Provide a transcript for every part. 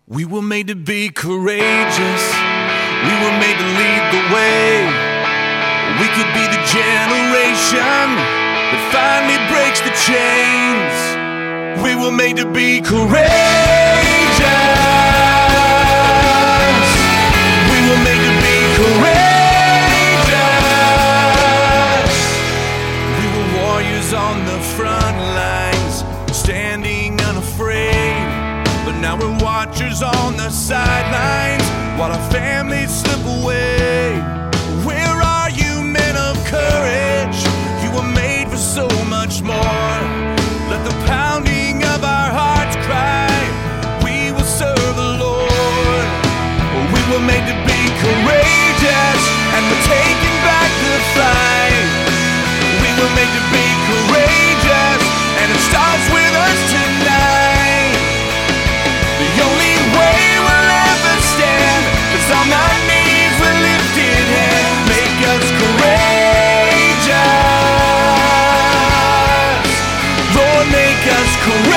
We were made to be courageous. We were made to lead the way. We could be the generation that finally breaks the chains. We were made to be courageous. We were made to be courageous. We were warriors on the front lines, standing unafraid. But now we're watchers on the sidelines while our families slip away. Where are you, men of courage? You were made for so much more. Let the pounding of our hearts cry, we will serve the Lord. We were made to be courageous, and we're taking back the fight. We were made to be courageous, and it starts with us tonight. The only way we'll ever stand is on our knees with lifted hands. Make us courageous. Lord, make us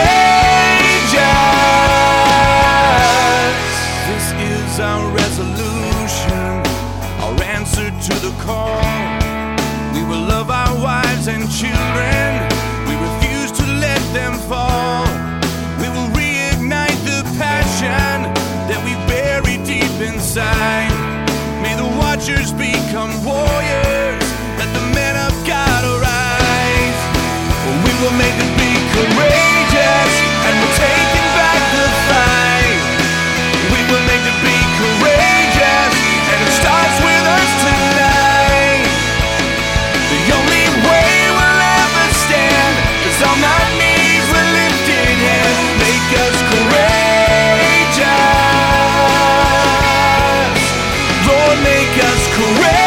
courageous. This is our resolution, our answer to the call. We will love our wives and children. We refuse to let them fall. We will reignite the passion that we bury deep inside. May the watchers become warriors. Let the men of God arise. We were made to be courageous, and we're taking back the fight. We were made to be courageous, and it starts with us tonight. The only way we'll ever stand is on our knees with lifted hands. Make us courageous. Lord, make us courageous.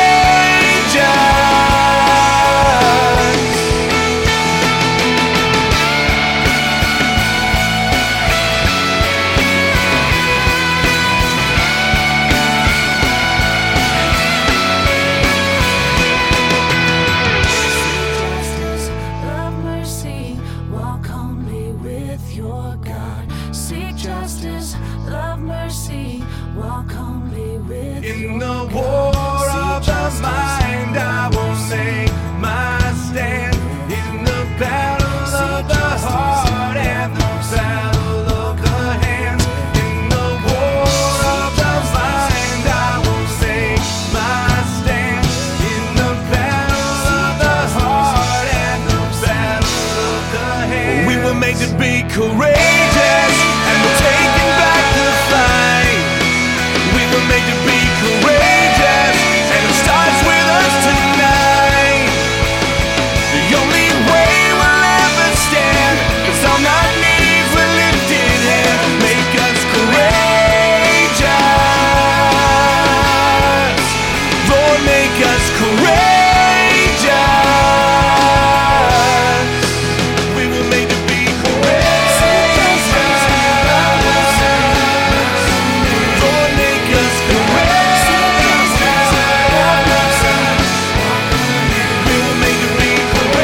Love mercy, walk humbly with your God. Seek justice, love mercy, walk humbly with In your the God. war of Seek the justice, mind, I will love make my stand. In the battle of the heart and the battle of the hands. In the war of the mind, I will make my stand. In the battle of the heart and the battle of the hands. We were made to be courageous, and we're taking back the fight. We were made to be courageous, and it starts with us tonight. The only way we'll ever stand is on our knees with lifted hands. Make us courageous. Lord, make us courageous. We were made to be courageous. Lord, make us courageous. We were made to be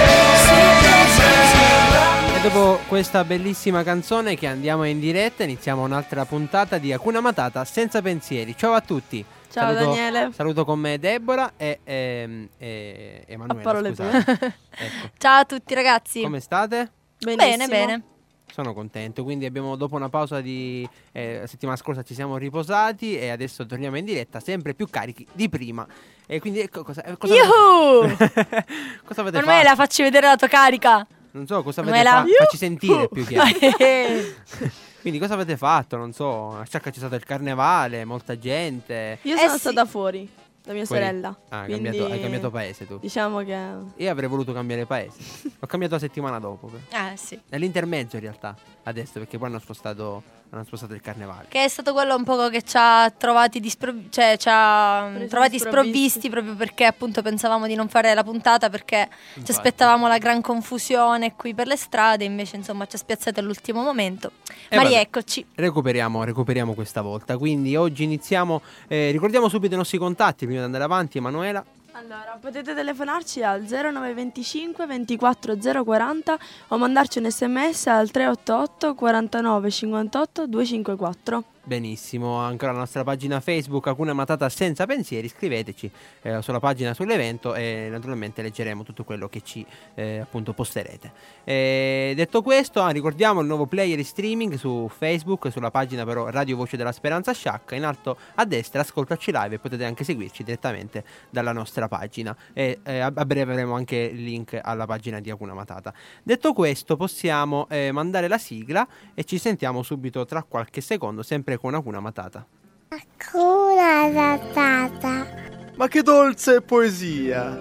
courageous. E dopo questa bellissima canzone che andiamo in diretta, iniziamo un'altra puntata di Hakuna Matata senza pensieri. Ciao a tutti. Ciao, Daniele. Saluto con me Deborah e Emanuela. A parole scusate. Ecco. Ciao a tutti ragazzi. Come state? Bene, bene. Sono contento, quindi abbiamo dopo una pausa di settimana scorsa ci siamo riposati e adesso torniamo in diretta sempre più carichi di prima. E quindi cosa Yuhu! cosa avete Ormai fatto? la facci vedere la tua carica. Non so cosa avete Ormai la- fatto. Facci sentire più che Quindi cosa avete fatto? Non so, a Sciacca c'è stato il carnevale, molta gente. Io sono sì. stata fuori da mia Fuori? sorella. Ah, quindi hai cambiato paese tu. Diciamo che Io avrei voluto cambiare paese. Ho cambiato la settimana dopo. Sì. Nell'intermezzo in realtà, adesso, perché poi hanno spostato il carnevale. Che è stato quello un poco che ci ha trovati ci ha Presi trovati sprovvisti. sprovvisti proprio perché appunto pensavamo di non fare la puntata perché ci Infatti. aspettavamo la gran confusione qui per le strade, invece insomma ci ha spiazzato all'ultimo momento. E Ma vabbè. rieccoci. Recuperiamo questa volta. Quindi oggi iniziamo. Ricordiamo subito i nostri contatti prima di andare avanti, Emanuela. Allora, potete telefonarci al 0925 24 040 o mandarci un sms al 388 49 58 254. Benissimo, ancora la nostra pagina Facebook Hakuna Matata senza pensieri, scriveteci sulla pagina sull'evento e naturalmente leggeremo tutto quello che ci appunto posterete. Detto questo, ricordiamo il nuovo player streaming su Facebook, sulla pagina però Radio Voce della Speranza Sciacca, in alto a destra Ascoltaci Live, e potete anche seguirci direttamente dalla nostra pagina e a breve avremo anche il link alla pagina di Hakuna Matata. Detto questo, possiamo mandare la sigla e ci sentiamo subito tra qualche secondo, sempre con Hakuna Matata. Hakuna Matata. Ma che dolce poesia!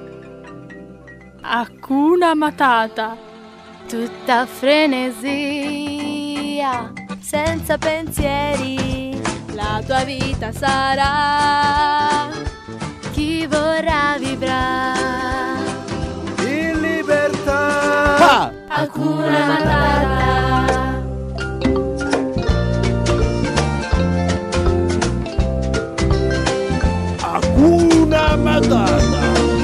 Hakuna Matata. Tutta frenesia, senza pensieri, la tua vita sarà. Chi vorrà vivrà In libertà! Hakuna Matata. Hakuna Matata!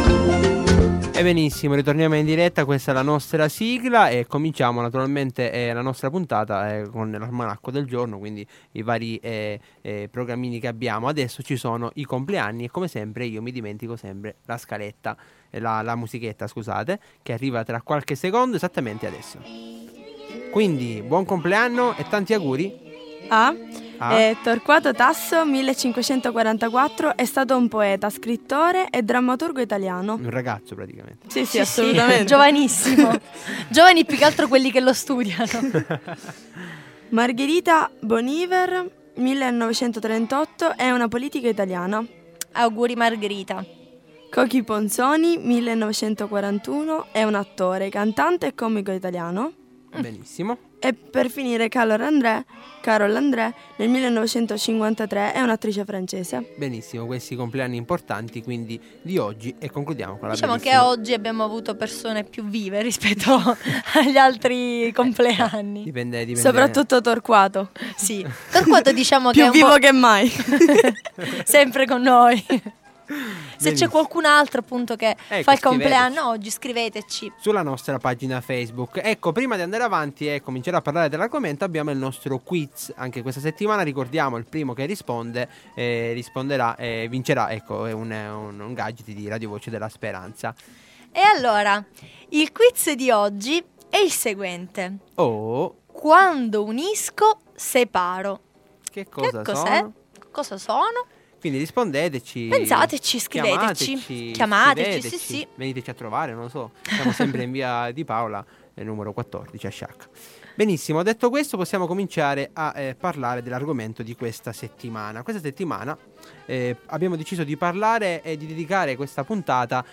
E benissimo, ritorniamo in diretta, questa è la nostra sigla e cominciamo naturalmente la nostra puntata con l'almanacco del giorno, quindi i vari programmini che abbiamo. Adesso ci sono i compleanni e come sempre io mi dimentico sempre la scaletta, la musichetta scusate, che arriva tra qualche secondo, esattamente adesso. Quindi buon compleanno e tanti auguri. Torquato Tasso, 1544, è stato un poeta, scrittore e drammaturgo italiano. Un ragazzo praticamente. Sì, assolutamente. Giovanissimo. Giovani più che altro quelli che lo studiano. Margherita Boniver, 1938, è una politica italiana. Auguri Margherita. Cochi Ponzoni, 1941, è un attore, cantante e comico italiano. Benissimo. E per finire Carol André, nel 1953, è un'attrice francese. Benissimo, questi compleanni importanti quindi di oggi, e concludiamo con la Diciamo che bellissima- oggi abbiamo avuto persone più vive rispetto agli altri compleanni. Dipende. Soprattutto Torquato, Sì, Torquato diciamo che più è un vivo po' che mai. sempre con noi. Se Benissimo. c'è qualcun altro appunto che Ecco, fa il scriveteci. compleanno oggi, scriveteci. Sulla nostra pagina Facebook. Ecco, prima di andare avanti e cominciare a parlare dell'argomento, abbiamo il nostro quiz. Anche questa settimana ricordiamo il primo che risponde risponderà e vincerà, ecco, un gadget di Radio Voce della Speranza. E allora, il quiz di oggi è il seguente. Oh, Quando unisco, separo. che cosa Che cos'è? sono? Cosa sono? Quindi rispondeteci. Pensateci, scriveteci. Chiamateci, sì. Veniteci a trovare, non lo so. Siamo sempre in via di Paola, numero 14 a Sciacca. Benissimo, detto questo possiamo cominciare a parlare dell'argomento di questa settimana. Questa settimana abbiamo deciso di parlare e di dedicare questa puntata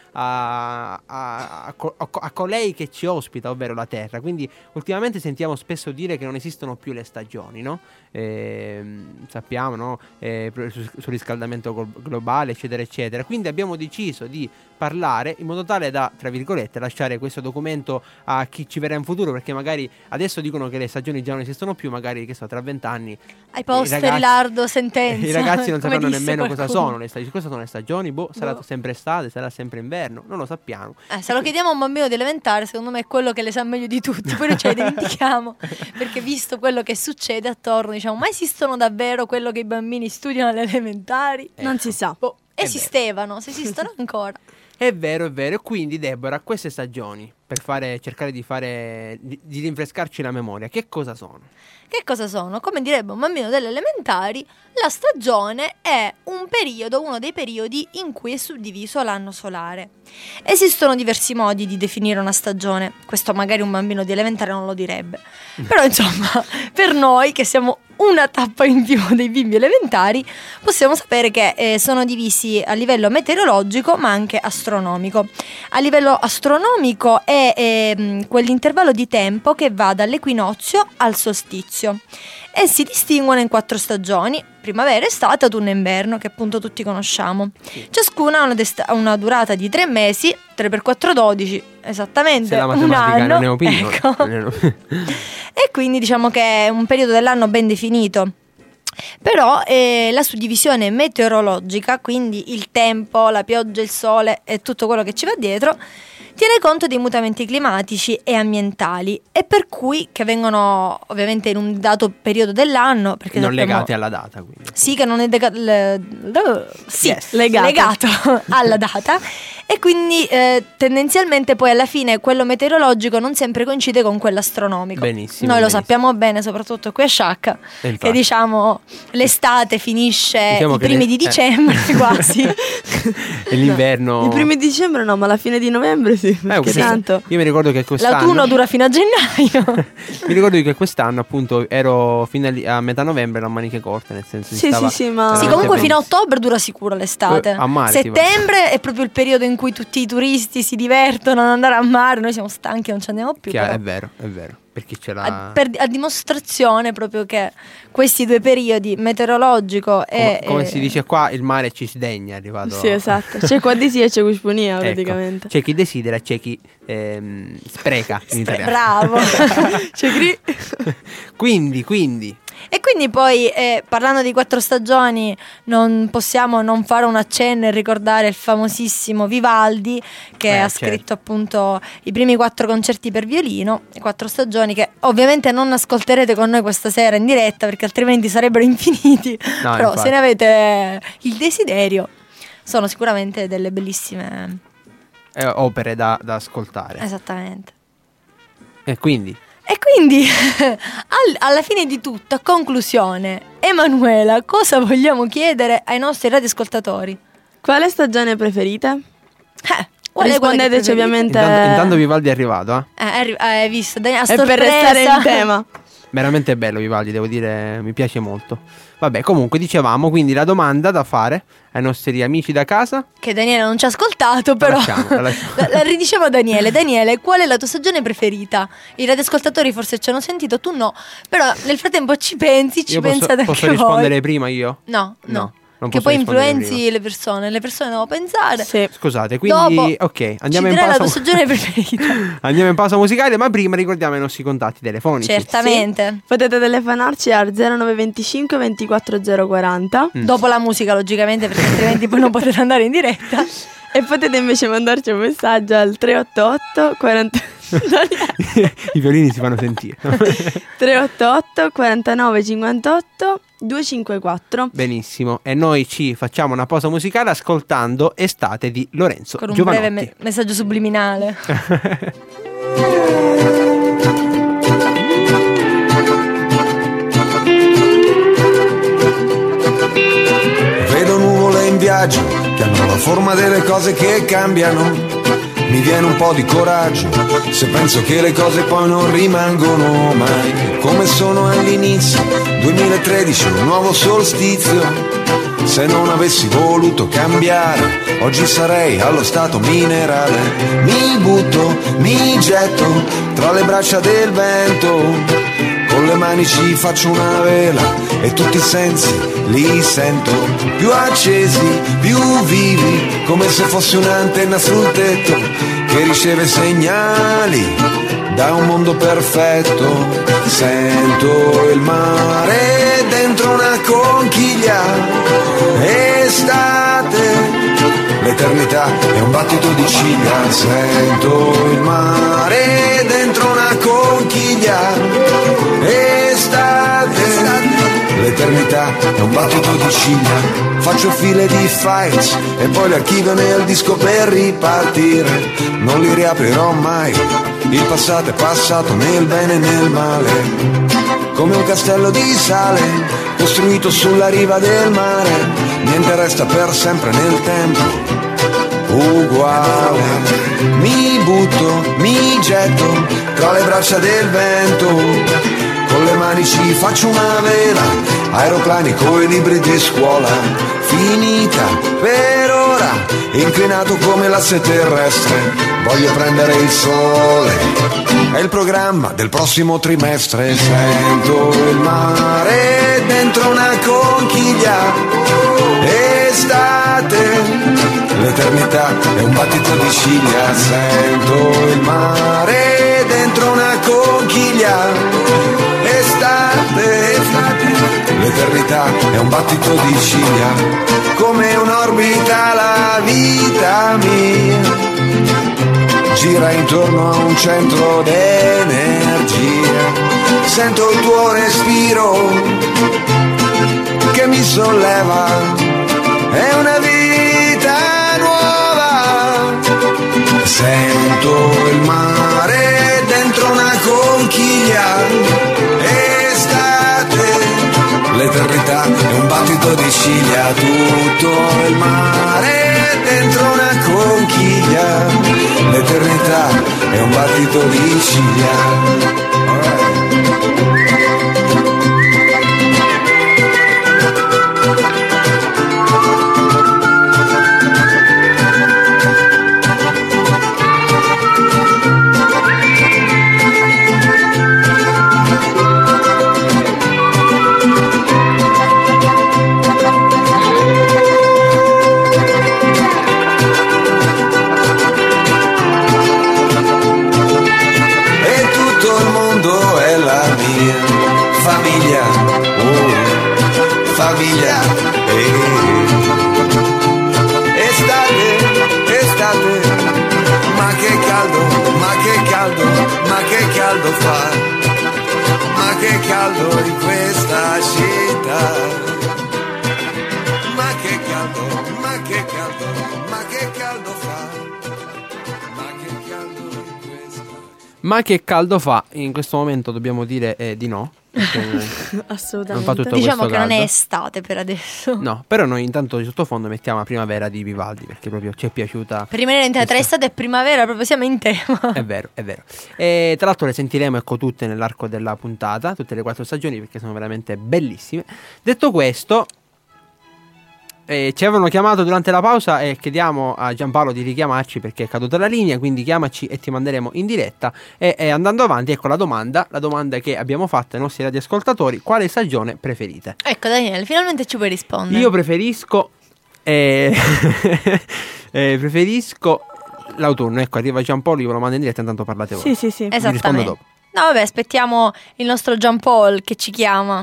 a colei che ci ospita, ovvero la Terra. Quindi ultimamente sentiamo spesso dire che non esistono più le stagioni, no? Sappiamo, no? Sul riscaldamento globale, eccetera, eccetera. Quindi abbiamo deciso di parlare in modo tale da, tra virgolette, lasciare questo documento a chi ci verrà in futuro, perché magari adesso dicono che le stagioni già non esistono più, magari che so, tra 20 anni Ai posteri lardo sentenza. i ragazzi non come sapranno disse nemmeno cosa qualcuno. sono le stagioni. Cosa sono le stagioni? Sarà sempre estate, sarà sempre inverno, non lo sappiamo. Se lo chiediamo a un bambino di elementare, secondo me è quello che le sa meglio di tutti. Poi noi ce le dimentichiamo, perché visto quello che succede attorno, diciamo, ma esistono davvero quello che i bambini studiano alle elementari? Non si sa. Boh, esistevano, se esistono ancora. È vero, è vero. E quindi, Deborah, queste stagioni, per cercare di rinfrescarci la memoria, che cosa sono? Che cosa sono? Come direbbe un bambino delle elementari, la stagione è uno dei periodi in cui è suddiviso l'anno solare. Esistono diversi modi di definire una stagione, questo magari un bambino di elementare non lo direbbe, però insomma, per noi che siamo una tappa in più dei bimbi elementari, possiamo sapere che sono divisi a livello meteorologico ma anche astronomico. A livello astronomico è quell'intervallo di tempo che va dall'equinozio al solstizio e si distinguono in 4 stagioni: primavera, estate, autunno e inverno, che appunto tutti conosciamo. Ciascuna ha una durata di 3 mesi, 3 per 4 12, esattamente Se la un matematica anno. non è opinione. Ecco. E quindi diciamo che è un periodo dell'anno ben definito. Però la suddivisione meteorologica, quindi il tempo, la pioggia, il sole e tutto quello che ci va dietro, tiene conto dei mutamenti climatici e ambientali, e per cui che vengono ovviamente in un dato periodo dell'anno, perché non sappiamo- legati alla data, quindi. sì, che non è Yes. legato alla data, e quindi tendenzialmente poi alla fine quello meteorologico non sempre coincide con quello astronomico. Benissimo, Noi lo benissimo. sappiamo bene, soprattutto qui a Sciacca, E infatti. che diciamo l'estate finisce Diciamo i che primi di dicembre quasi. E l'inverno. I primi di dicembre no, ma la fine di novembre sì. Perché questo- tanto. Io mi ricordo che quest'anno. L'autunno dura fino a gennaio. Mi ricordo che quest'anno, appunto, ero fino a metà novembre a maniche corte, nel senso Sì, stava sì, ma- Sì, veramente comunque fino a benissimo. ottobre dura sicuro l'estate. A mare si va. Settembre è proprio il periodo in cui tutti i turisti si divertono ad andare a mare. Noi siamo stanchi, non ci andiamo più. Chiaro, però. è vero. Perché c'è la. A dimostrazione proprio che questi due periodi, meteorologico e Come si dice qua, il mare ci sdegna, è arrivato. Sì, esatto. C'è qua di sì e c'è Cusponia Ecco, praticamente. c'è chi desidera e c'è chi spreca in italiano. bravo. C'è Gri. Quindi E quindi poi parlando di 4 stagioni non possiamo non fare un accenno e ricordare il famosissimo Vivaldi, che ha certo. scritto appunto i primi 4 concerti per violino, 4 stagioni che ovviamente non ascolterete con noi questa sera in diretta perché altrimenti sarebbero infiniti. No, Però infatti. se ne avete il desiderio, sono sicuramente delle bellissime. opere da ascoltare. Esattamente. E quindi E quindi alla fine di tutto, a conclusione, Emanuela, cosa vogliamo chiedere ai nostri radioascoltatori? Quale stagione preferite? Qual è quella che Rispondeteci preferite? ovviamente. intanto Vivaldi è arrivato, Hai visto? Dai, a E per sorpresa. restare in tema. Veramente bello Vivaldi, devo dire, mi piace molto. Vabbè, comunque dicevamo, quindi la domanda da fare ai nostri amici da casa. Che Daniele non ci ha ascoltato, però la lasciamo. la ridiciamo a Daniele. Daniele, qual è la tua stagione preferita? I radioascoltatori forse ci hanno sentito, tu no. Però nel frattempo ci pensi, ci Io pensate posso anche rispondere voi. prima io? No. Non Che posso poi rispondere influenzi le persone devono pensare. Sì. Scusate, quindi Dopo ok, andiamo ci in dirai la tua pausa. stagione preferita. Andiamo in pausa musicale, ma prima ricordiamo i nostri contatti telefonici. Certamente. Potete telefonarci al 0925 24 040 Dopo la musica, logicamente, perché altrimenti poi non potete andare in diretta. e potete invece mandarci un messaggio al 388 40 I violini si fanno sentire. 388 49 58 254. Benissimo, e noi ci facciamo una pausa musicale ascoltando Estate di Lorenzo Con un Giovanotti. breve messaggio subliminale. Vedo nuvole in viaggio che hanno la forma delle cose che cambiano. Mi viene un po' di coraggio se penso che le cose poi non rimangono mai come sono all'inizio. 2013, un nuovo solstizio. Se non avessi voluto cambiare, oggi sarei allo stato minerale. Mi butto, mi getto tra le braccia del vento. Con le mani ci faccio una vela e tutti i sensi li sento più accesi, più vivi, come se fossi un'antenna sul tetto che riceve segnali da un mondo perfetto. Sento il mare dentro una conchiglia, estate, l'eternità è un battito di ciglia. Sento il mare dentro una conchiglia, estate, l'eternità è un battito di ciglia. Faccio file di files e poi li archivio nel disco per ripartire. Non li riaprirò mai, il passato è passato nel bene e nel male. Come un castello di sale costruito sulla riva del mare, niente resta per sempre nel tempo uguale. Mi butto, mi getto tra le braccia del vento, con le mani ci faccio una vela, aeroplani coi libri di scuola. Finita per ora, inclinato come l'asse terrestre, voglio prendere il sole, è il programma del prossimo trimestre. Sento il mare dentro una conchiglia, estate, l'eternità è un battito di ciglia. Sento il mare dentro una conchiglia, estate, l'eternità è un battito di ciglia. Come un'orbita la vita mia gira intorno a un centro d'energia. Sento il tuo respiro che mi solleva, è una vita nuova. Sento il mare dentro una conchiglia, estate, l'eternità è un battito di ciglia. Tutto il mare dentro una conchiglia, l'eternità è un battito di ciglia. Famiglia, oh, famiglia, estate, estate, ma che caldo, ma che caldo, ma che caldo fa, ma che caldo in questa città, ma che caldo, ma che caldo, ma che caldo fa, ma che caldo in questa. Ma che caldo fa? In questo momento dobbiamo dire di no. Assolutamente. Non fa tutto Diciamo questo che non è caldo. estate per adesso. No, però noi intanto di sottofondo mettiamo la primavera di Vivaldi, perché proprio ci è piaciuta. Per rimanere in tema tra estate e primavera, proprio siamo in tema. È vero, è vero. E tra l'altro le sentiremo, ecco, tutte nell'arco della puntata, tutte le 4 stagioni, perché sono veramente bellissime. Detto questo, ci avevano chiamato durante la pausa e chiediamo a Giampaolo di richiamarci perché è caduta la linea, quindi chiamaci e ti manderemo in diretta. E andando avanti, ecco la domanda che abbiamo fatto ai nostri radioascoltatori: quale stagione preferite? Ecco Daniele, finalmente ci puoi rispondere. Io preferisco preferisco l'autunno. Ecco, arriva Giampaolo, io ve lo mando in diretta, intanto parlate voi. Sì. Vi rispondo Esattamente. dopo. No, vabbè, aspettiamo il nostro Giampaolo che ci chiama.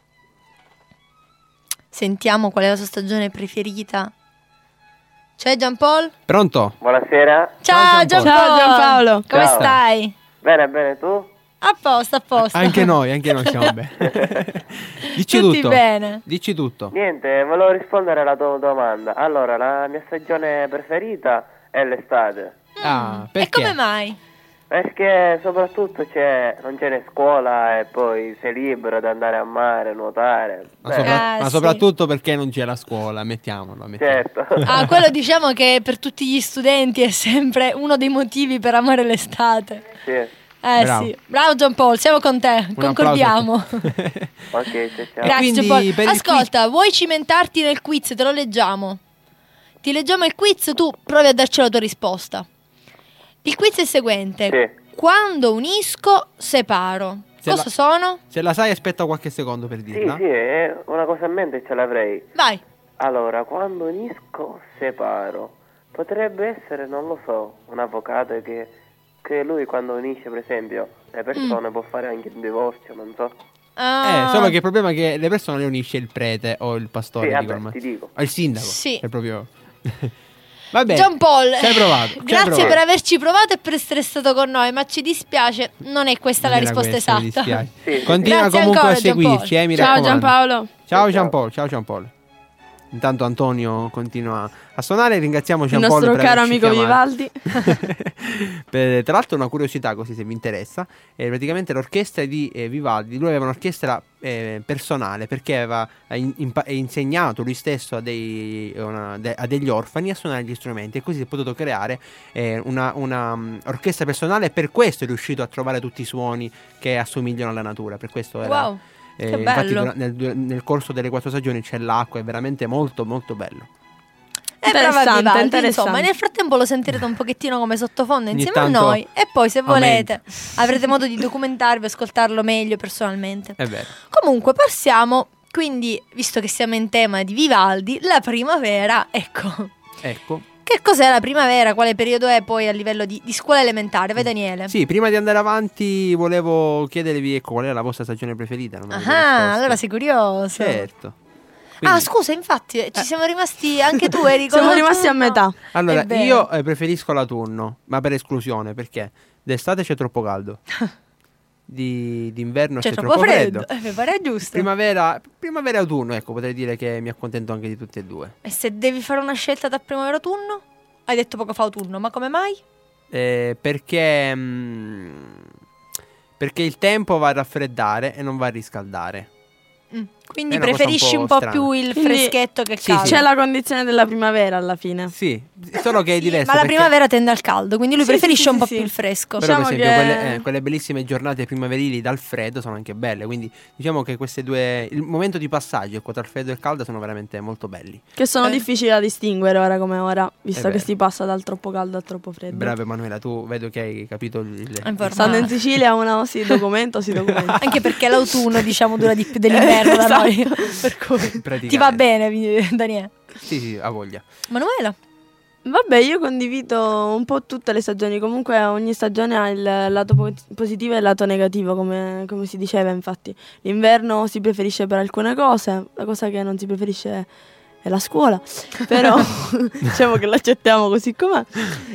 Sentiamo qual è la sua stagione preferita. C'è Giampaolo? Pronto? Buonasera. Ciao Giampaolo. Ciao Giampaolo. Come Ciao. stai? Bene, bene, tu? A posto, a posto. Anche noi siamo bene. Dici Tutti tutto. bene. Dici tutto. Niente, volevo rispondere alla tua domanda. Allora, la mia stagione preferita è l'estate. Ah, E perché? come mai? Perché soprattutto non c'è né scuola e poi sei libero di andare a mare, nuotare. Ma sì. soprattutto perché non c'è la scuola, mettiamolo. Certo. Ah, quello diciamo che per tutti gli studenti è sempre uno dei motivi per amare l'estate. Sì. Bravo. Sì, bravo Giampaolo, siamo con te, Un concordiamo. Ok, ciao. Grazie Quindi, Giampaolo. per il Ascolta, vuoi cimentarti nel quiz? Te lo leggiamo. Ti leggiamo il quiz, tu provi a darci la tua risposta. Il quiz è il seguente. Sì. Quando unisco, separo. Cosa sono? Se la sai, aspetta qualche secondo per dirla. Sì, una cosa in mente ce l'avrei. Vai. Allora, quando unisco, separo. Potrebbe essere, non lo so, un avvocato che lui quando unisce, per esempio, le persone può fare anche il divorzio, non so. Ah, Solo che il problema è che le persone le unisce il prete o il pastore, Sì, dico, vabbè, ti dico. o il sindaco. Sì. È proprio. Vabbè. Giampaolo, ci hai provato. grazie per averci provato e per essere stato con noi, ma ci dispiace, non è questa la risposta esatta. Sì. Continua Grazie comunque ancora, a seguirci, mi Ciao raccomando. Giampaolo. Ciao Giampaolo, ciao Giampaolo. Intanto Antonio continua a suonare, ringraziamo Il Giampaolo nostro per caro averci amico chiamato. Vivaldi. Tra l'altro una curiosità, così se vi interessa, praticamente l'orchestra di Vivaldi, lui aveva un'orchestra personale perché aveva insegnato lui stesso a degli orfani a suonare gli strumenti e così si è potuto creare una orchestra personale e per questo è riuscito a trovare tutti i suoni che assomigliano alla natura, per questo era... Wow, che infatti bello. nel corso delle 4 stagioni c'è l'acqua, è veramente molto molto bello. Interessante. Insomma, interessante. nel frattempo lo sentirete un pochettino come sottofondo Ogni insieme tanto a noi e poi se aumenta. volete avrete modo di documentarvi, ascoltarlo meglio personalmente. È vero. Comunque passiamo, quindi, visto che siamo in tema di Vivaldi, la primavera, ecco. Che cos'è la primavera? Quale periodo è poi a livello di scuola elementare? Vai Daniele. Sì, prima di andare avanti volevo chiedervi, ecco, qual è la vostra stagione preferita. Non avete risposto. Allora sei curioso. Certo. Quindi- scusa, infatti ci siamo rimasti, anche tu eri con Siamo rimasti a l'autunno. metà. Allora, È vero. io preferisco l'autunno, ma per esclusione, perché d'estate c'è troppo caldo. D'inverno C'è c'è troppo troppo freddo. freddo. Mi pare giusto. Primavera e autunno, ecco, potrei dire che mi accontento anche di tutti e due. E se devi fare una scelta tra primavera e autunno? Hai detto poco fa autunno, ma come mai? Perché il tempo va a raffreddare e non va a riscaldare. Quindi È una cosa preferisci un po' strana. più il Quindi- freschetto che il Sì, caldo. C'è la condizione della primavera alla fine. Sì, solo che è diverso. Ma la perché- primavera tende al caldo, quindi lui Sì, preferisce sì, un sì, po' sì. più il fresco. Però Diciamo per esempio che- quelle bellissime giornate primaverili dal freddo sono anche belle, quindi diciamo che queste due, il momento di passaggio ecco, tra il freddo e il caldo sono veramente molto belli. Che sono difficili da distinguere ora come ora, visto È che vero. si passa dal troppo caldo al troppo freddo. Brava Emanuela, tu vedo che hai capito Informata. Stando in Sicilia uno si documenta. Anche perché l'autunno, diciamo, dura di più dell'inverno da Esatto. noi. Per cui praticamente. ti va bene, Daniele. Sì, ha voglia. Manuela? Vabbè, io condivido un po' tutte le stagioni. Comunque ogni stagione ha il lato positivo e il lato negativo, come si diceva infatti. L'inverno si preferisce per alcune cose, la cosa che non si preferisce è la scuola. Però diciamo che l'accettiamo così com'è.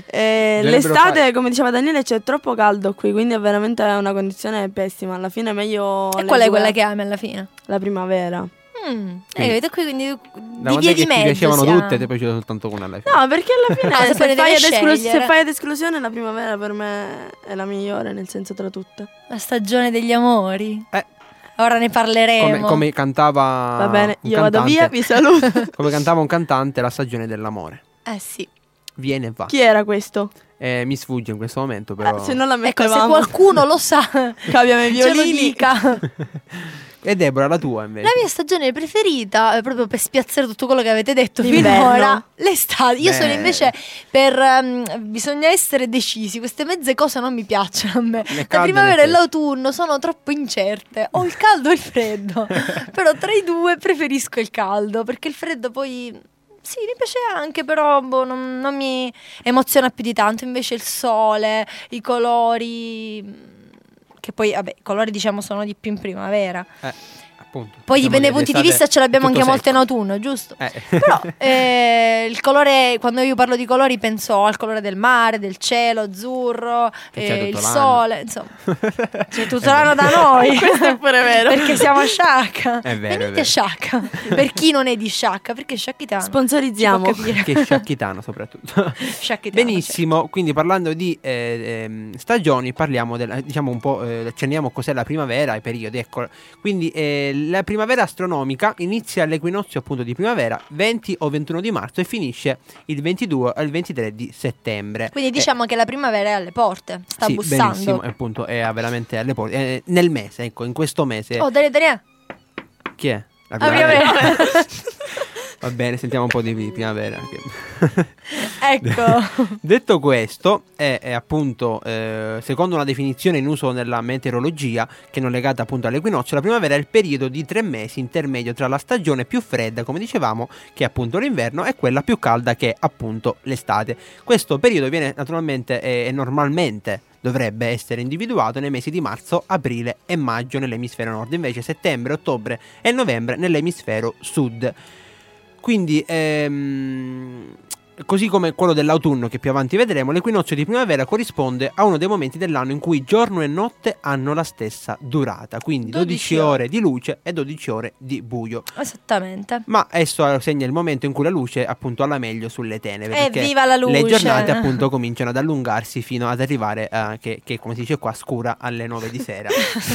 L'estate, come diceva Daniele, c'è troppo caldo qui, quindi è veramente una condizione pessima. Alla fine è meglio E le qual è due- quella che ami alla fine? la primavera. Vedete qui, quindi Da di quando vie è che di ti mezzo piacevano siamo. tutte, te poi c'è soltanto una alla fine. No, perché alla fine se poi ne devi scegliere. se fai ad esclusione la primavera per me è la migliore, nel senso tra tutte. La stagione degli amori. Eh. Ora ne parleremo. Come cantava Va bene, un io vado cantante. via, vi saluto. Come cantava un cantante, la stagione dell'amore. Sì. Viene e va. Chi era questo? Mi sfugge in questo momento, però. Se non la Ecco, se mettevamo. qualcuno lo sa, Cambiamo i ce lo violini. dica. E Deborah, la tua invece. La mia stagione preferita, proprio per spiazzare tutto quello che avete detto L'inverno. finora, l'estate. Io sono Beh. invece per bisogna essere decisi. Queste mezze cose non mi piacciono a me. Né La caldo né primavera e freddo. l'autunno sono troppo incerte. O il caldo o il freddo. Però tra i due preferisco il caldo, perché il freddo poi sì, mi piace anche, però non mi emoziona più di tanto. Invece il sole, i colori, che poi vabbè, i colori diciamo sono di più in primavera. Appunto. Poi Diciamo dipende dai che punti di d'estate vista, ce l'abbiamo è anche tutto molto in secco. autunno, giusto? Però il colore, quando io parlo di colori penso al colore del mare, del cielo azzurro, Che c'è il tutto l'anno. sole, insomma. C'è tutto l'anno da noi. Questo è pure vero. Perché siamo a Sciacca. È vero, è Venite vero. a Sciacca. Per chi non è di Sciacca, perché Sciacchitano. Sponsorizziamo. Si può capire. Che sciacchitano soprattutto. Sciacchitano, Benissimo, quindi parlando di stagioni, parliamo diciamo un po', accenniamo cos'è la primavera, i periodi, ecco. Quindi la primavera astronomica inizia all'equinozio appunto di primavera, 20 o 21 di marzo, e finisce il 22 al 23 di settembre. Quindi diciamo che la primavera è alle porte, sta sì, bussando. benissimo, appunto, è veramente alle porte, nel mese, ecco, in questo mese. Oh, Daniele. Chi è? La La primavera. Va bene, sentiamo un po' di primavera. Ecco. Detto questo, è appunto, secondo una definizione in uso nella meteorologia, che non è legata appunto all'equinozio, la primavera è il periodo di 3 mesi intermedio tra la stagione più fredda, come dicevamo, che è appunto l'inverno, e quella più calda, che è appunto l'estate. Questo periodo viene naturalmente e normalmente dovrebbe essere individuato nei mesi di marzo, aprile e maggio nell'emisfero nord, invece settembre, ottobre e novembre nell'emisfero sud. Quindi così come quello dell'autunno, che più avanti vedremo, l'equinozio di primavera corrisponde a uno dei momenti dell'anno in cui giorno e notte hanno la stessa durata, quindi 12 ore di luce e 12 ore di buio. Esattamente. Ma esso segna il momento in cui la luce appunto alla meglio sulle tenebre, perché Viva la luce! le giornate appunto cominciano ad allungarsi fino ad arrivare che come si dice qua, scura alle 9 di sera.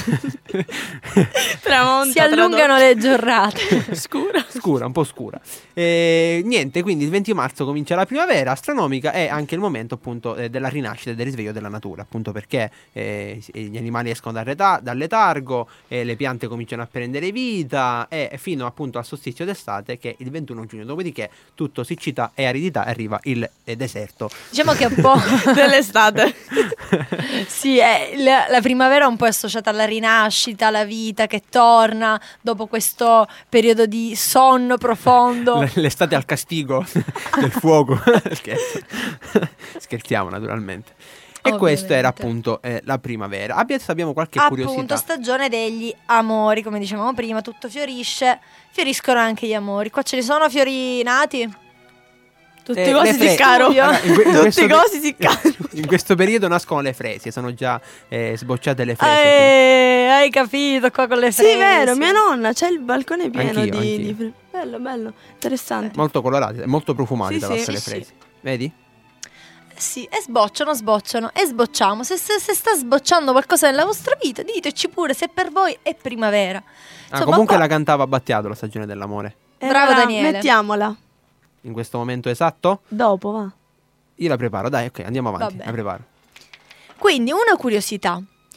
Si allungano le giornate. Scura, un po' scura. Niente, quindi il 20 marzo comincia la primavera astronomica, è anche il momento appunto della rinascita e del risveglio della natura, appunto perché gli animali escono dal letargo, le piante cominciano a prendere vita, e fino appunto al solstizio d'estate, che è il 21 giugno, dopodiché tutto siccità e aridità, arriva il deserto. Diciamo che è un po' dell'estate. Sì, la primavera è un po' associata alla rinascita, alla vita che torna dopo questo periodo di sonno profondo. L'estate al castigo del fuoco. Scherzo. Scherziamo naturalmente. E questo era Ovviamente. appunto la primavera. Adesso abbiamo qualche Appunto, curiosità. stagione degli amori, come dicevamo prima, tutto fiorisce, fioriscono anche gli amori. Qua ce ne sono fiori nati? Tutti Le cosi fre- si caro. Allora, Tutti cosi si caro. In questo periodo nascono le fresie, sono già sbocciate le fresie. Hai capito qua con le fresi. Sì, vero, mia nonna c'è il balcone pieno Anch'io, di, anch'io. di bello, bello, interessante. Molto colorate, molto profumate Sì, da sì. parte le Sì, fresie. Vedi? Sì, e sbocciano e sbocciamo. Se sta sbocciando qualcosa nella vostra vita, diteci pure se per voi è primavera. Insomma, Comunque qua- la cantava Battiato, la stagione dell'amore. Bravo, Allora, Daniele. Mettiamola. In questo momento esatto? Dopo, va. Io la preparo, dai, ok, andiamo avanti. Va bene. La preparo. Quindi una curiosità.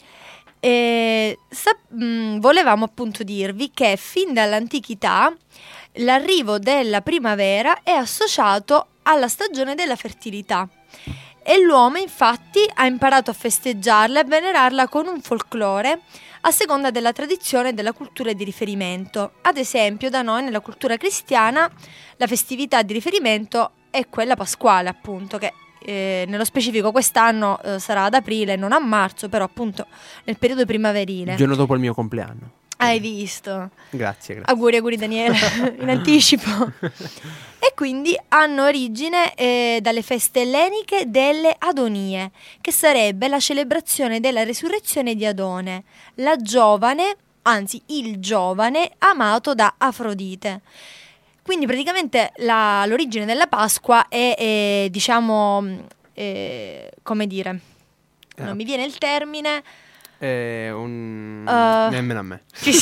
Volevamo appunto dirvi che fin dall'antichità l'arrivo della primavera è associato alla stagione della fertilità e l'uomo infatti ha imparato a festeggiarla e a venerarla con un folklore a seconda della tradizione e della cultura di riferimento. Ad esempio, da noi nella cultura cristiana la festività di riferimento è quella pasquale, appunto, che nello specifico quest'anno sarà ad aprile, non a marzo, però appunto nel periodo primaverile. Il giorno dopo il mio compleanno. Hai visto? Grazie. Auguri Daniele, in anticipo. E quindi hanno origine dalle feste elleniche delle Adonie, che sarebbe la celebrazione della resurrezione di Adone, il giovane amato da Afrodite. Quindi praticamente l'origine della Pasqua è come dire, non mi viene il termine. Nemmeno a me.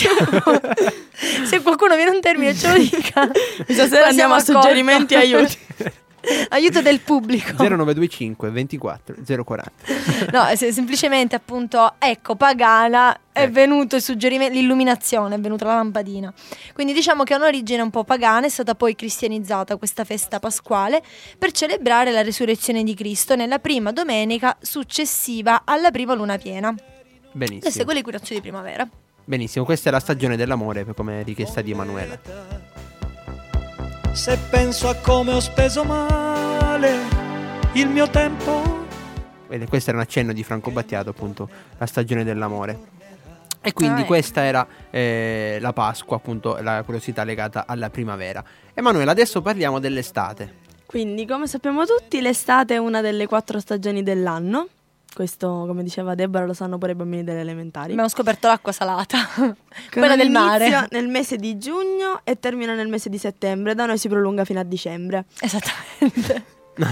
Se qualcuno viene un termine ce lo dica. Stasera andiamo a suggerimenti e aiuti. Aiuto del pubblico. 0925 24 040. No, semplicemente appunto, ecco, pagana è venuto il suggerimento, l'illuminazione, è venuta la lampadina. Quindi diciamo che ha un'origine un po' pagana, è stata poi cristianizzata questa festa pasquale per celebrare la resurrezione di Cristo nella prima domenica successiva alla prima luna piena. Benissimo. E segue l'equinozio di primavera. Benissimo, questa è la stagione dell'amore come richiesta di Emanuela. Se penso a come ho speso male il mio tempo. Vede, questo era un accenno di Franco Battiato, appunto, la stagione dell'amore. E quindi ecco. questa era la Pasqua, appunto, la curiosità legata alla primavera. Emanuela, adesso parliamo dell'estate. Quindi, come sappiamo tutti, l'estate è una delle 4 stagioni dell'anno. Questo, come diceva Deborah, lo sanno pure i bambini delle elementari. Abbiamo scoperto l'acqua salata, Con quella del inizio mare. nel mese di giugno e termina nel mese di settembre. Da noi si prolunga fino a dicembre. Esattamente.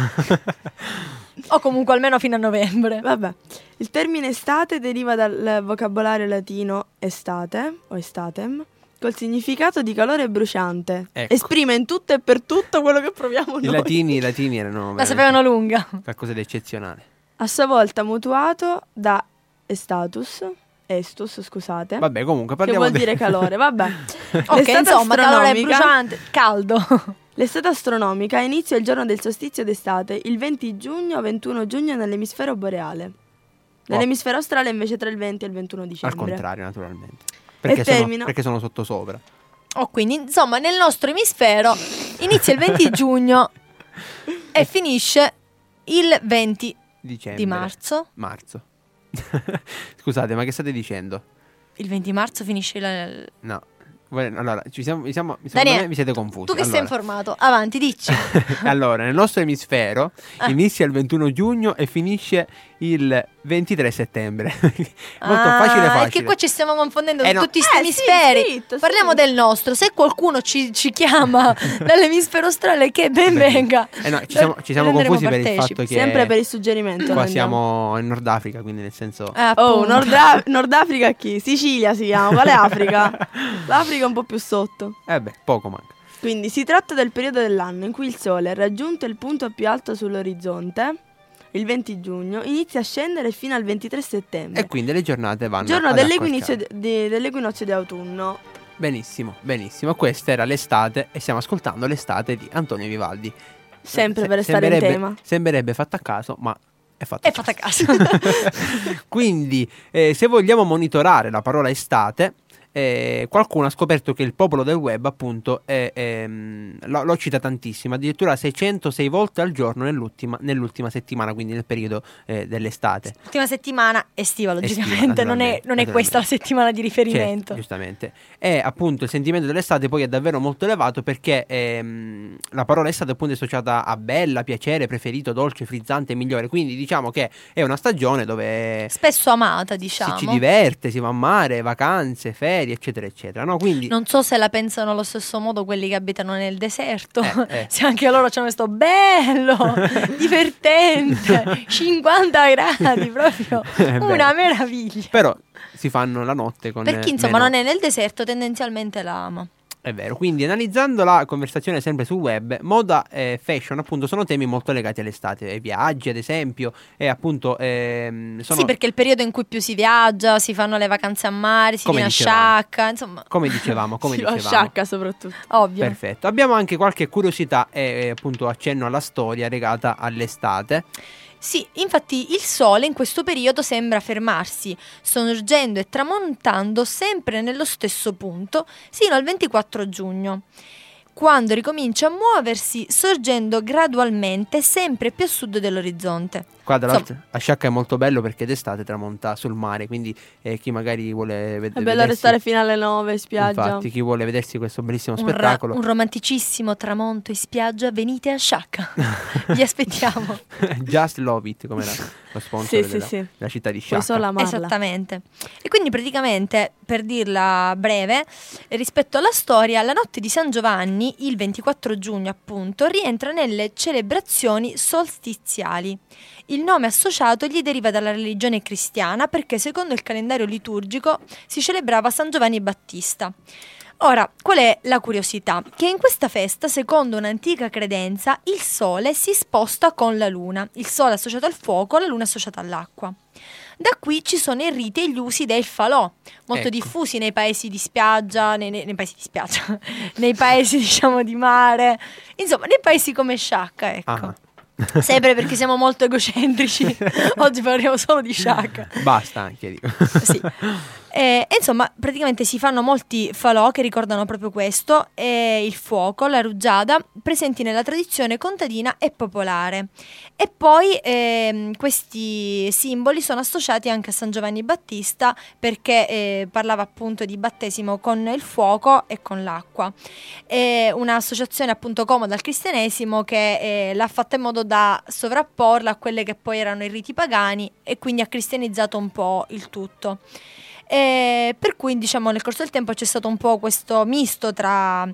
O comunque almeno fino a novembre. Vabbè, il termine estate deriva dal vocabolario latino estate o estatem, col significato di calore bruciante. Ecco. Esprime in tutto e per tutto quello che proviamo I noi. latini erano La sapevano lunga. qualcosa di eccezionale. A sua volta mutuato da estus, scusate. Vabbè, comunque Che parliamo vuol dire calore, vabbè. Ok, L'estate insomma, calore astronomica- bruciante, caldo. L'estate astronomica inizia il giorno del solstizio d'estate, il 20 giugno 21 giugno nell'emisfero boreale. Nell'emisfero australe invece tra il 20 e il 21 Al dicembre. contrario, naturalmente. termina- Perché sono sottosopra. Quindi, insomma, nel nostro emisfero inizia il 20 giugno e finisce il 20 Dicembre. di marzo. Scusate, ma che state dicendo? Il 20 marzo finisce il... No. Allora, secondo Daniele, me vi siete confusi. Tu che sei Allora, informato, avanti, dici. allora, nel nostro emisfero inizia il 21 giugno e finisce il 23 settembre. Molto facile. È che qua ci stiamo confondendo con no. tutti questi emisferi. sì, zitto, Parliamo sì. del nostro. Se qualcuno ci chiama dall'emisfero australe, che ben venga. No, ci siamo Renderemo confusi per il partecipi. fatto che Sempre per il suggerimento. qua noi andiamo. siamo in Nord Africa, quindi nel senso... Oh, appunto. Nord Africa chi? Sicilia si chiama, quale Africa? L'Africa è un po' più sotto. poco manca. Quindi si tratta del periodo dell'anno in cui il sole ha raggiunto il punto più alto sull'orizzonte, il 20 giugno, inizia a scendere fino al 23 settembre. E quindi le giornate vanno Giorno ad dell'equinozio accorciare. dell'equinozio di autunno. Benissimo. Questa era l'estate e stiamo ascoltando l'estate di Antonio Vivaldi. Sempre per restare in tema. Sembrerebbe fatta a caso, ma è fatta È fatta a caso. Quindi, se vogliamo monitorare la parola estate, qualcuno ha scoperto che il popolo del web appunto lo cita tantissimo, addirittura 606 volte al giorno nell'ultima settimana, quindi nel periodo dell'estate. Ultima settimana estiva, logicamente, non è questa la settimana di riferimento. Certo, giustamente. E appunto il sentimento dell'estate poi è davvero molto elevato, perché la parola estate appunto è associata a bella, piacere, preferito, dolce, frizzante, migliore, quindi diciamo che è una stagione dove spesso amata, diciamo, ci diverte, si va a mare, vacanze, ferie, eccetera eccetera, no? Quindi non so se la pensano allo stesso modo quelli che abitano nel deserto, se anche loro c'hanno questo bello, divertente, 50 gradi, proprio una meraviglia. Però si fanno la notte con per chi insomma non è nel deserto, tendenzialmente la ama. È vero, quindi analizzando la conversazione sempre sul web, moda e fashion appunto sono temi molto legati all'estate, ai viaggi ad esempio, e appunto Sì, perché è il periodo in cui più si viaggia, si fanno le vacanze a mare, si viene a Sciacca, insomma. Come dicevamo. Si va a Sciacca soprattutto. Ovvio. Perfetto, abbiamo anche qualche curiosità e appunto accenno alla storia legata all'estate. Sì, infatti il sole in questo periodo sembra fermarsi, sorgendo e tramontando sempre nello stesso punto, sino al 24 giugno, quando ricomincia a muoversi, sorgendo gradualmente sempre più a sud dell'orizzonte. Qua a Sciacca è molto bello perché d'estate tramonta sul mare, quindi chi magari vuole vedere... È bello restare fino alle 9 in spiaggia. Infatti, chi vuole vedersi questo bellissimo spettacolo... Un romanticissimo tramonto in spiaggia, venite a Sciacca. Vi aspettiamo. Just Love It, come lo sponsor della città di Sciacca. Esattamente. E quindi praticamente, per dirla breve, rispetto alla storia, la notte di San Giovanni, il 24 giugno appunto, rientra nelle celebrazioni solstiziali. Il nome associato gli deriva dalla religione cristiana, perché secondo il calendario liturgico si celebrava San Giovanni Battista. Ora, qual è la curiosità? Che in questa festa, secondo un'antica credenza, il sole si sposta con la luna. Il sole è associato al fuoco, la luna è associata all'acqua. Da qui ci sono i riti e gli usi del falò, molto diffusi nei paesi di spiaggia, nei paesi di spiaggia, nei paesi diciamo di mare, insomma nei paesi come Sciacca, ecco. Ah. Sempre perché siamo molto egocentrici. Oggi parliamo solo di Sciacca. Basta anche, dico. Sì. Insomma, praticamente si fanno molti falò che ricordano proprio questo, il fuoco, la rugiada, presenti nella tradizione contadina e popolare. E poi questi simboli sono associati anche a San Giovanni Battista, perché parlava appunto di battesimo con il fuoco e con l'acqua. È un'associazione appunto comoda al cristianesimo, che l'ha fatta in modo da sovrapporla a quelle che poi erano i riti pagani, e quindi ha cristianizzato un po' il tutto. Per cui diciamo nel corso del tempo c'è stato un po' questo misto tra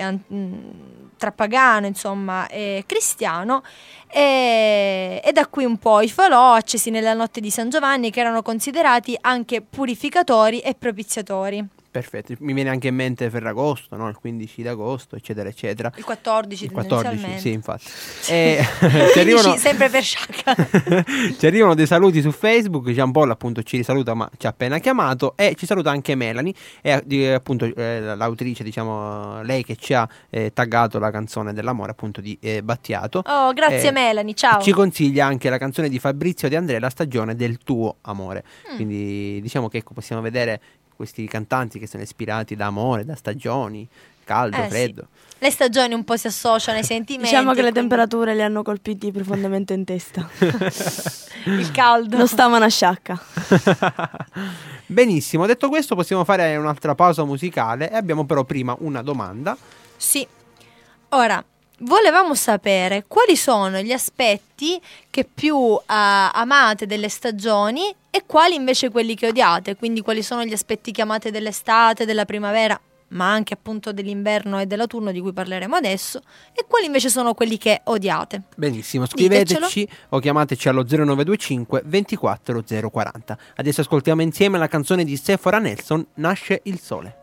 pagano insomma e cristiano, e da qui un po' i falò accesi nella notte di San Giovanni, che erano considerati anche purificatori e propiziatori. Perfetto, mi viene anche in mente Ferragosto, no? Il 15 d'agosto, eccetera, eccetera. Il 14 tendenzialmente. Sì, infatti. Ci arrivano, sempre per Sciacca. Ci arrivano dei saluti su Facebook. Gian Paul appunto ci risaluta, ma ci ha appena chiamato, e ci saluta anche Melanie, appunto l'autrice, diciamo, lei che ci ha taggato la canzone dell'amore appunto di Battiato. Oh, grazie Melanie, ciao. Ci consiglia anche la canzone di Fabrizio De André, La stagione del tuo amore. Quindi diciamo che possiamo vedere questi cantanti che sono ispirati da amore, da stagioni, caldo, freddo. Sì. Le stagioni un po' si associano ai sentimenti. Diciamo che le temperature li hanno colpiti profondamente in testa. Il caldo. Non stavano a Sciacca. Benissimo, detto questo possiamo fare un'altra pausa musicale, e abbiamo però prima una domanda. Sì. Ora, volevamo sapere quali sono gli aspetti che più amate delle stagioni e quali invece quelli che odiate, quindi quali sono gli aspetti che amate dell'estate, della primavera, ma anche appunto dell'inverno e dell'autunno, di cui parleremo adesso, e quali invece sono quelli che odiate. Benissimo, scriveteci o chiamateci allo 0925 24 040. Adesso ascoltiamo insieme la canzone di Sephora Nelson, Nasce il sole.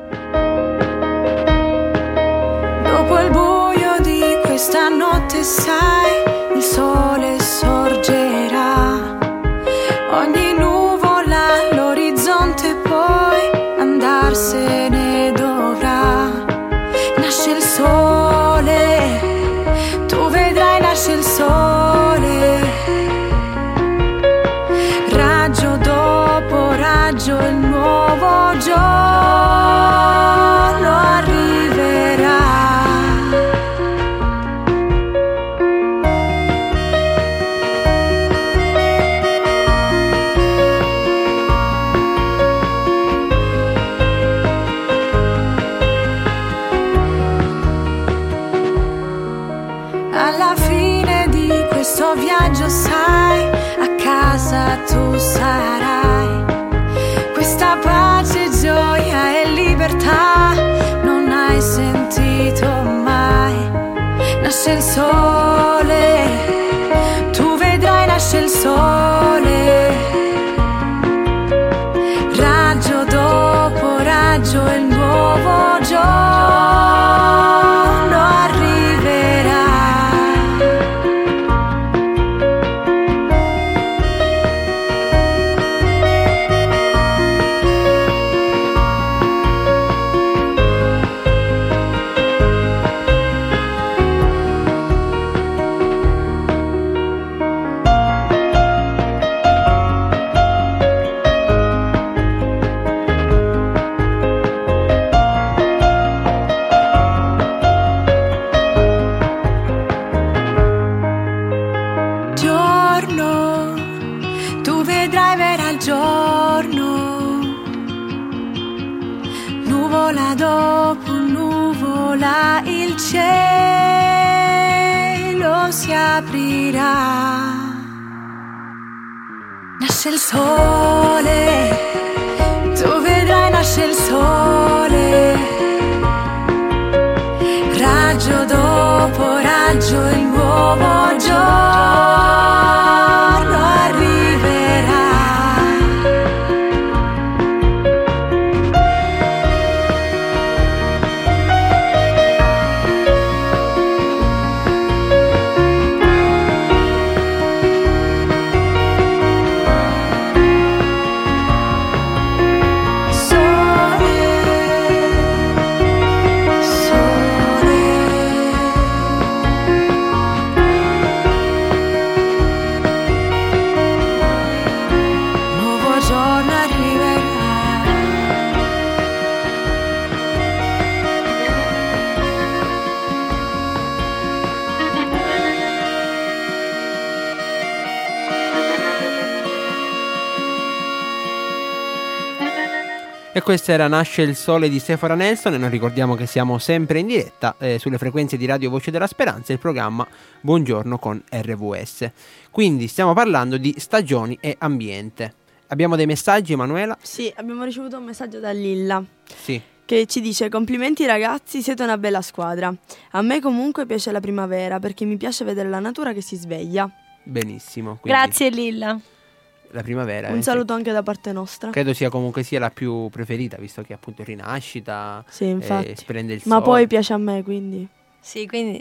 Dopo il buio di questa notte, sai, il sole sorgerà. Ogni nuvola all'orizzonte poi andarsene dovrà. Nasce il sole, tu vedrai, nasce il sole. Raggio dopo raggio, il nuovo giorno. Alla fine di questo viaggio sai, a casa tu sarai. Questa pace, gioia e libertà non hai sentito mai. Nasce il sole, tu vedrai, nasce il sole. Raggio dopo raggio il nuovo giorno arriverà. Nuvola dopo nuvola il cielo si aprirà. Nasce il sole, tu vedrai, nasce il sole. Raggio dopo raggio il nuovo giorno arriverà. E questa era Nasce il sole di Sephora Nelson, e noi ricordiamo che siamo sempre in diretta sulle frequenze di Radio Voce della Speranza, il programma Buongiorno con RVS. Quindi stiamo parlando di stagioni e ambiente. Abbiamo dei messaggi, Emanuela? Sì, abbiamo ricevuto un messaggio da Lilla. Sì. Che ci dice: complimenti ragazzi, siete una bella squadra. A me comunque piace la primavera perché mi piace vedere la natura che si sveglia. Benissimo. Quindi Grazie Lilla. la primavera. Un saluto anche da parte nostra. Credo sia comunque sia la più preferita, visto che appunto rinascita, Sì, infatti. splende il Ma sole. poi piace a me, quindi. Sì, quindi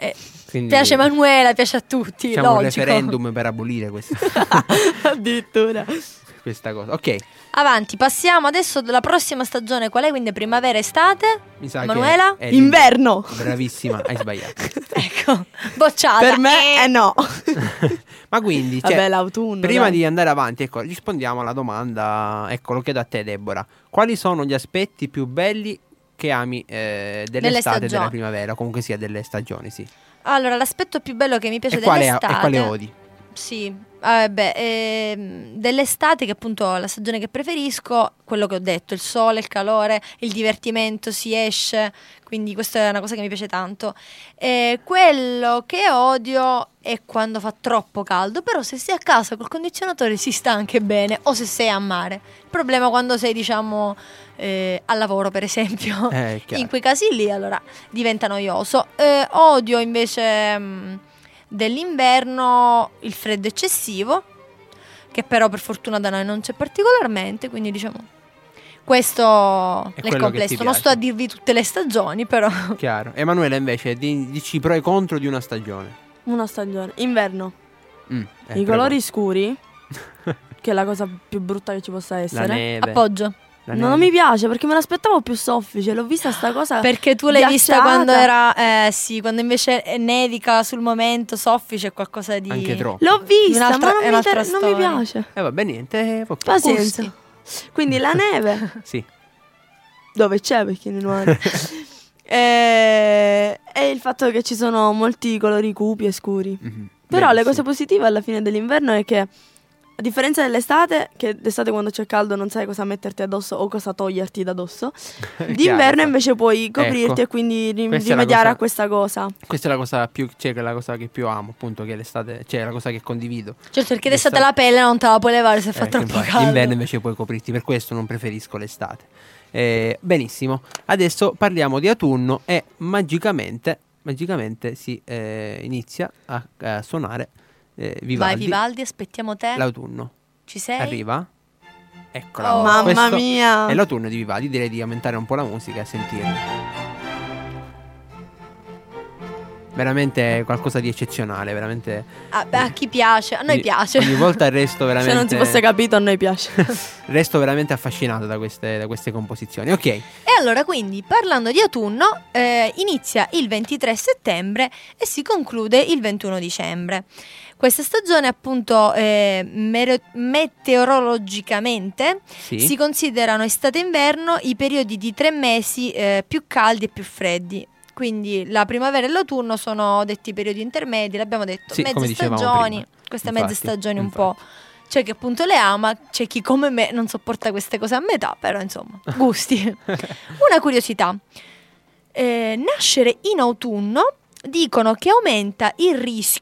a piace Emanuela, piace a tutti, Facciamo un logico. referendum per abolire questa Addirittura. questa cosa. Ok, Avanti, passiamo adesso alla prossima stagione. Qual è? Quindi primavera, estate? mi sa Emanuela? che è Inverno. Bravissima, hai sbagliato. Ecco, bocciata. Per me no. Ma quindi, cioè, Vabbè, l'autunno. prima dai. di andare avanti, ecco, rispondiamo alla domanda, ecco, lo chiedo a te, Deborah. Quali sono gli aspetti più belli che ami dell'estate e stagioni. della primavera, comunque sia delle stagioni, sì. Allora, l'aspetto più bello che mi piace E quale dell'estate odi? Sì, dell'estate, che appunto è la stagione che preferisco, quello che ho detto, il sole, il calore, il divertimento, si esce, quindi questa è una cosa che mi piace tanto. Quello che odio è quando fa troppo caldo, però se sei a casa col condizionatore si sta anche bene, o se sei a mare. Il problema è quando sei, diciamo, al lavoro, per esempio, chiaro. in quei casi lì allora diventa noioso. Odio invece dell'inverno il freddo eccessivo, che però per fortuna da noi non c'è particolarmente, quindi diciamo questo È nel quello che ti complesso. Non sto a dirvi tutte le stagioni, però Chiaro. Emanuela invece dici i pro e contro di una stagione. Una stagione. Inverno. I però- colori scuri, che è la cosa più brutta che ci possa essere. La neve. appoggio. La Non neve. mi piace perché me l'aspettavo più soffice. L'ho vista sta cosa. Perché tu l'hai vista ghiacciata. quando era sì, quando invece nevica sul momento, soffice, è qualcosa di Anche troppo. L'ho vista, Un'altra- ma non, è mi, un'altra non mi storia. piace. Vabbè, niente. Pazienza. Quindi la neve, Sì. dove c'è perché non è. E il fatto che ci sono molti colori cupi e scuri. Mhm. Però le Benissimo. cose positive alla fine dell'inverno è che A differenza dell'estate, che d'estate quando c'è caldo non sai cosa metterti addosso o cosa toglierti da addosso, d'inverno invece puoi coprirti e quindi rimediare a questa cosa. Questa è la cosa più, cioè, la cosa che più amo, appunto, che l'estate, cioè la cosa che condivido. Certo, perché d'estate la pelle non te la puoi levare se fa troppo caldo. D'inverno invece puoi coprirti, per questo non preferisco l'estate. Benissimo, adesso parliamo di autunno e magicamente si inizia a suonare Vivaldi. Vai Vivaldi, aspettiamo te. L'autunno. Ci sei? Arriva. Eccola. Mamma mia. È l'autunno di Vivaldi, direi di aumentare un po' la musica e sentirla. Veramente qualcosa di eccezionale, veramente. A chi piace? A noi piace. Ogni volta resto veramente. Se non si fosse capito, a noi piace. Resto veramente affascinato da queste composizioni. Ok. E allora, quindi, parlando di autunno, inizia il 23 settembre e si conclude il 21 dicembre. Questa stagione, appunto, meteorologicamente si considerano estate e inverno i periodi di 3 mesi più caldi e più freddi. Quindi la primavera e l'autunno sono detti periodi intermedi, l'abbiamo detto, mezze stagioni, queste mezze stagioni un po'. C'è chi appunto le ama, c'è chi come me non sopporta queste cose a metà, però insomma, gusti. Una curiosità, nascere in autunno dicono che aumenta il